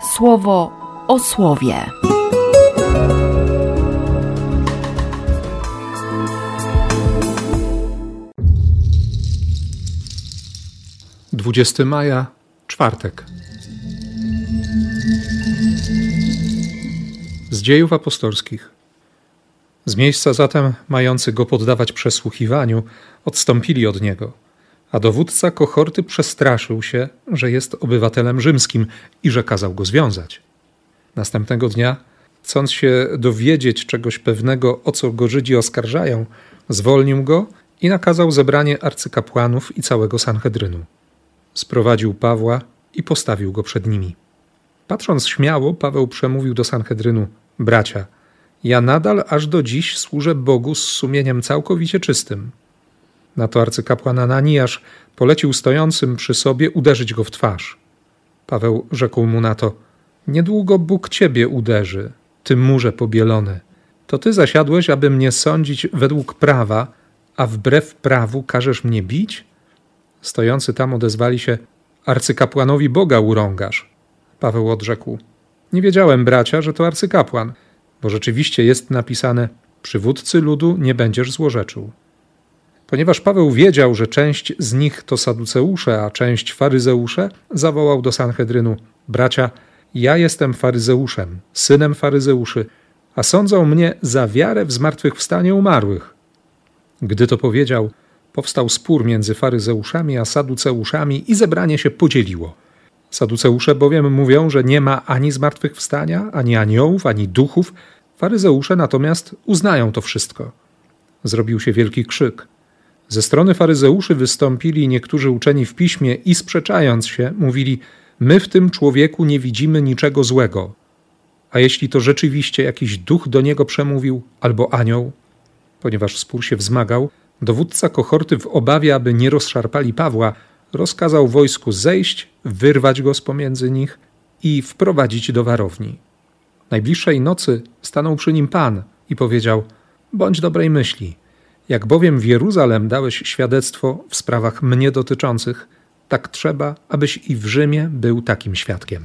Słowo o słowie. Dwudziesty maja, czwartek. Z Dziejów Apostolskich. Z miejsca zatem mający go poddawać przesłuchiwaniu, odstąpili od niego, a dowódca kohorty przestraszył się, że jest obywatelem rzymskim i że kazał go związać. Następnego dnia, chcąc się dowiedzieć czegoś pewnego, o co go Żydzi oskarżają, zwolnił go i nakazał zebranie arcykapłanów i całego Sanhedrynu. Sprowadził Pawła i postawił go przed nimi. Patrząc śmiało, Paweł przemówił do Sanhedrynu: bracia, ja nadal aż do dziś służę Bogu z sumieniem całkowicie czystym. Na to arcykapłan Ananiasz polecił stojącym przy sobie uderzyć go w twarz. Paweł rzekł mu na to: niedługo Bóg ciebie uderzy, ty murze pobielony. To ty zasiadłeś, aby mnie sądzić według prawa, a wbrew prawu każesz mnie bić? Stojący tam odezwali się: arcykapłanowi Boga urągasz. Paweł odrzekł: nie wiedziałem, bracia, że to arcykapłan, bo rzeczywiście jest napisane: przywódcy ludu nie będziesz złorzeczył. Ponieważ Paweł wiedział, że część z nich to saduceusze, a część faryzeusze, zawołał do Sanhedrynu: bracia, ja jestem faryzeuszem, synem faryzeuszy, a sądzą mnie za wiarę w zmartwychwstanie umarłych. Gdy to powiedział, powstał spór między faryzeuszami a saduceuszami i zebranie się podzieliło. Saduceusze bowiem mówią, że nie ma ani zmartwychwstania, ani aniołów, ani duchów. Faryzeusze natomiast uznają to wszystko. Zrobił się wielki krzyk. Ze strony faryzeuszy wystąpili niektórzy uczeni w piśmie i sprzeczając się, mówili: my w tym człowieku nie widzimy niczego złego. A jeśli to rzeczywiście jakiś duch do niego przemówił, albo anioł? Ponieważ spór się wzmagał, dowódca kohorty w obawie, aby nie rozszarpali Pawła, rozkazał wojsku zejść, wyrwać go z pomiędzy nich i wprowadzić do warowni. Najbliższej nocy stanął przy nim Pan i powiedział: bądź dobrej myśli. Jak bowiem w Jeruzalem dałeś świadectwo w sprawach mnie dotyczących, tak trzeba, abyś i w Rzymie był takim świadkiem.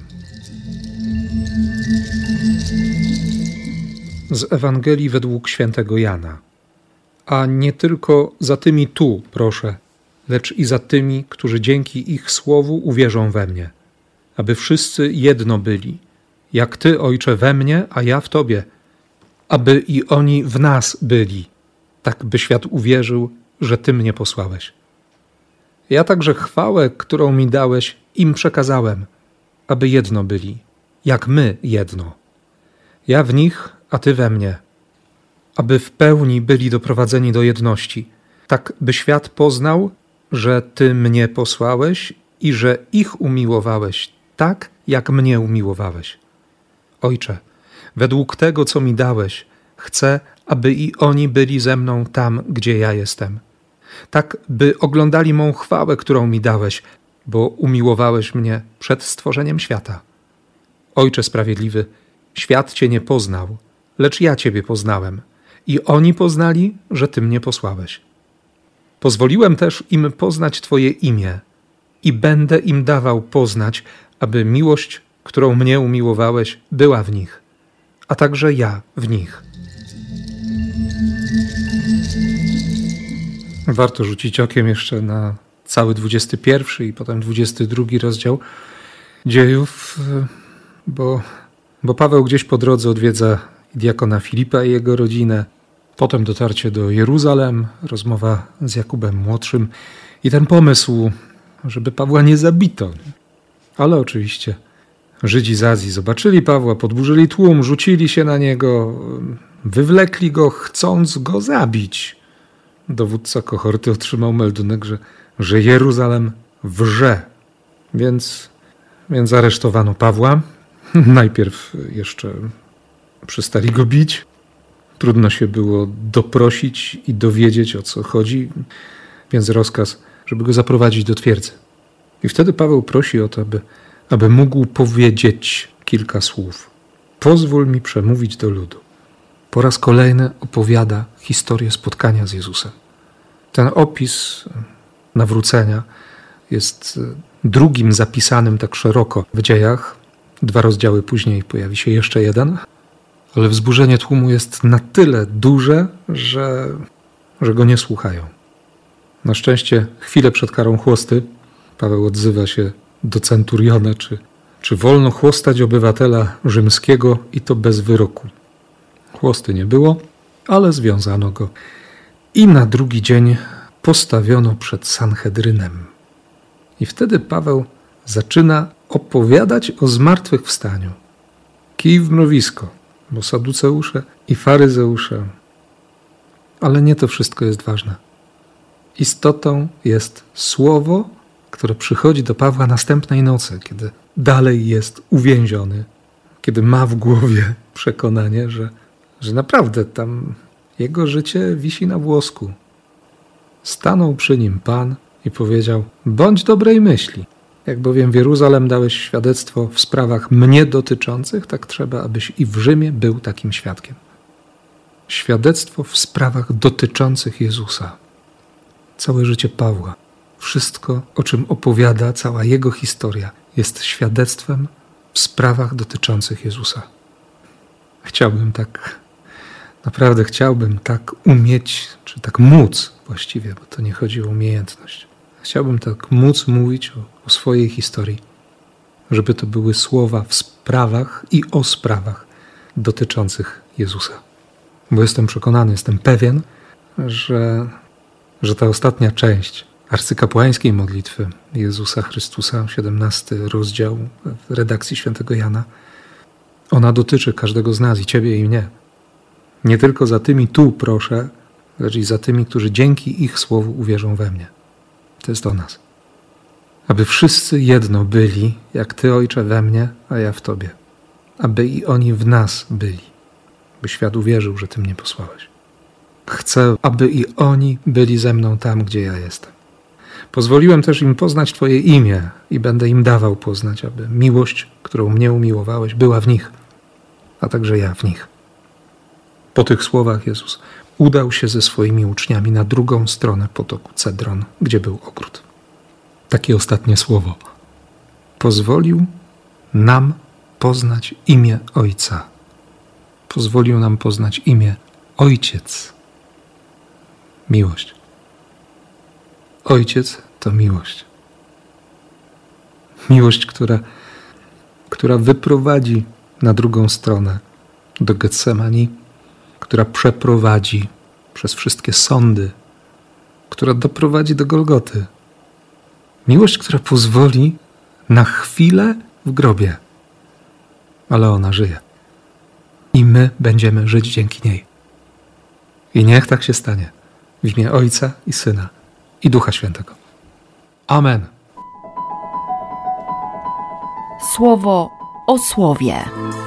Z Ewangelii według świętego Jana. A nie tylko za tymi tu, proszę, lecz i za tymi, którzy dzięki ich słowu uwierzą we mnie, aby wszyscy jedno byli, jak Ty, Ojcze, we mnie, a ja w Tobie, aby i oni w nas byli, tak by świat uwierzył, że Ty mnie posłałeś. Ja także chwałę, którą mi dałeś, im przekazałem, aby jedno byli, jak my jedno. Ja w nich, a Ty we mnie, aby w pełni byli doprowadzeni do jedności, tak by świat poznał, że Ty mnie posłałeś i że ich umiłowałeś tak, jak mnie umiłowałeś. Ojcze, według tego, co mi dałeś, chcę, aby i oni byli ze mną tam, gdzie ja jestem. Tak, by oglądali mą chwałę, którą mi dałeś, bo umiłowałeś mnie przed stworzeniem świata. Ojcze sprawiedliwy, świat Cię nie poznał, lecz ja Ciebie poznałem i oni poznali, że Ty mnie posłałeś. Pozwoliłem też im poznać Twoje imię i będę im dawał poznać, aby miłość, którą mnie umiłowałeś, była w nich, a także ja w nich. Warto rzucić okiem jeszcze na cały 21 i potem 22 rozdział Dziejów, bo Paweł gdzieś po drodze odwiedza diakona Filipa i jego rodzinę, potem dotarcie do Jeruzalem, rozmowa z Jakubem Młodszym i ten pomysł, żeby Pawła nie zabito. Ale oczywiście Żydzi z Azji zobaczyli Pawła, podburzyli tłum, rzucili się na niego, wywlekli go, chcąc go zabić. Dowódca kohorty otrzymał meldunek, że Jeruzalem wrze. Więc aresztowano Pawła. Najpierw jeszcze przestali go bić. Trudno się było doprosić i dowiedzieć, o co chodzi, więc rozkaz, żeby go zaprowadzić do twierdzy. I wtedy Paweł prosi o to, aby mógł powiedzieć kilka słów. Pozwól mi przemówić do ludu. Po raz kolejny opowiada historię spotkania z Jezusem. Ten opis nawrócenia jest drugim zapisanym tak szeroko w dziejach. 2 rozdziały później pojawi się jeszcze jeden, ale wzburzenie tłumu jest na tyle duże, że go nie słuchają. Na szczęście chwilę przed karą chłosty Paweł odzywa się do centuriona, czy wolno chłostać obywatela rzymskiego i to bez wyroku. Chłosty nie było, ale związano go i na drugi dzień postawiono przed Sanhedrynem. I wtedy Paweł zaczyna opowiadać o zmartwychwstaniu. Kij w mrowisko, bo saduceusze i faryzeusze. Ale nie to wszystko jest ważne. Istotą jest słowo, które przychodzi do Pawła następnej nocy, kiedy dalej jest uwięziony, kiedy ma w głowie przekonanie, że naprawdę tam jego życie wisi na włosku. Stanął przy nim Pan i powiedział: bądź dobrej myśli. Jak bowiem w Jeruzalem dałeś świadectwo w sprawach mnie dotyczących, tak trzeba, abyś i w Rzymie był takim świadkiem. Świadectwo w sprawach dotyczących Jezusa. Całe życie Pawła, wszystko, o czym opowiada, cała jego historia, jest świadectwem w sprawach dotyczących Jezusa. Naprawdę chciałbym tak umieć, czy tak móc właściwie, bo to nie chodzi o umiejętność. Chciałbym tak móc mówić o swojej historii, żeby to były słowa w sprawach i o sprawach dotyczących Jezusa. Bo jestem przekonany, jestem pewien, że ta ostatnia część arcykapłańskiej modlitwy Jezusa Chrystusa, 17 rozdział w redakcji świętego Jana, ona dotyczy każdego z nas, i ciebie, i mnie. Nie tylko za tymi tu proszę, lecz i za tymi, którzy dzięki ich słowu uwierzą we mnie. To jest o nas. Aby wszyscy jedno byli, jak Ty, Ojcze, we mnie, a ja w Tobie. Aby i oni w nas byli, by świat uwierzył, że Ty mnie posłałeś. Chcę, aby i oni byli ze mną tam, gdzie ja jestem. Pozwoliłem też im poznać Twoje imię i będę im dawał poznać, aby miłość, którą mnie umiłowałeś, była w nich, a także ja w nich. Po tych słowach Jezus udał się ze swoimi uczniami na drugą stronę potoku Cedron, gdzie był ogród. Takie ostatnie słowo. Pozwolił nam poznać imię Ojca. Pozwolił nam poznać imię Ojciec. Miłość. Ojciec to miłość. Miłość, która wyprowadzi na drugą stronę do Getsemani, która przeprowadzi przez wszystkie sądy, która doprowadzi do Golgoty. Miłość, która pozwoli na chwilę w grobie, ale ona żyje. I my będziemy żyć dzięki niej. I niech tak się stanie. W imię Ojca i Syna i Ducha Świętego. Amen. Słowo o słowie.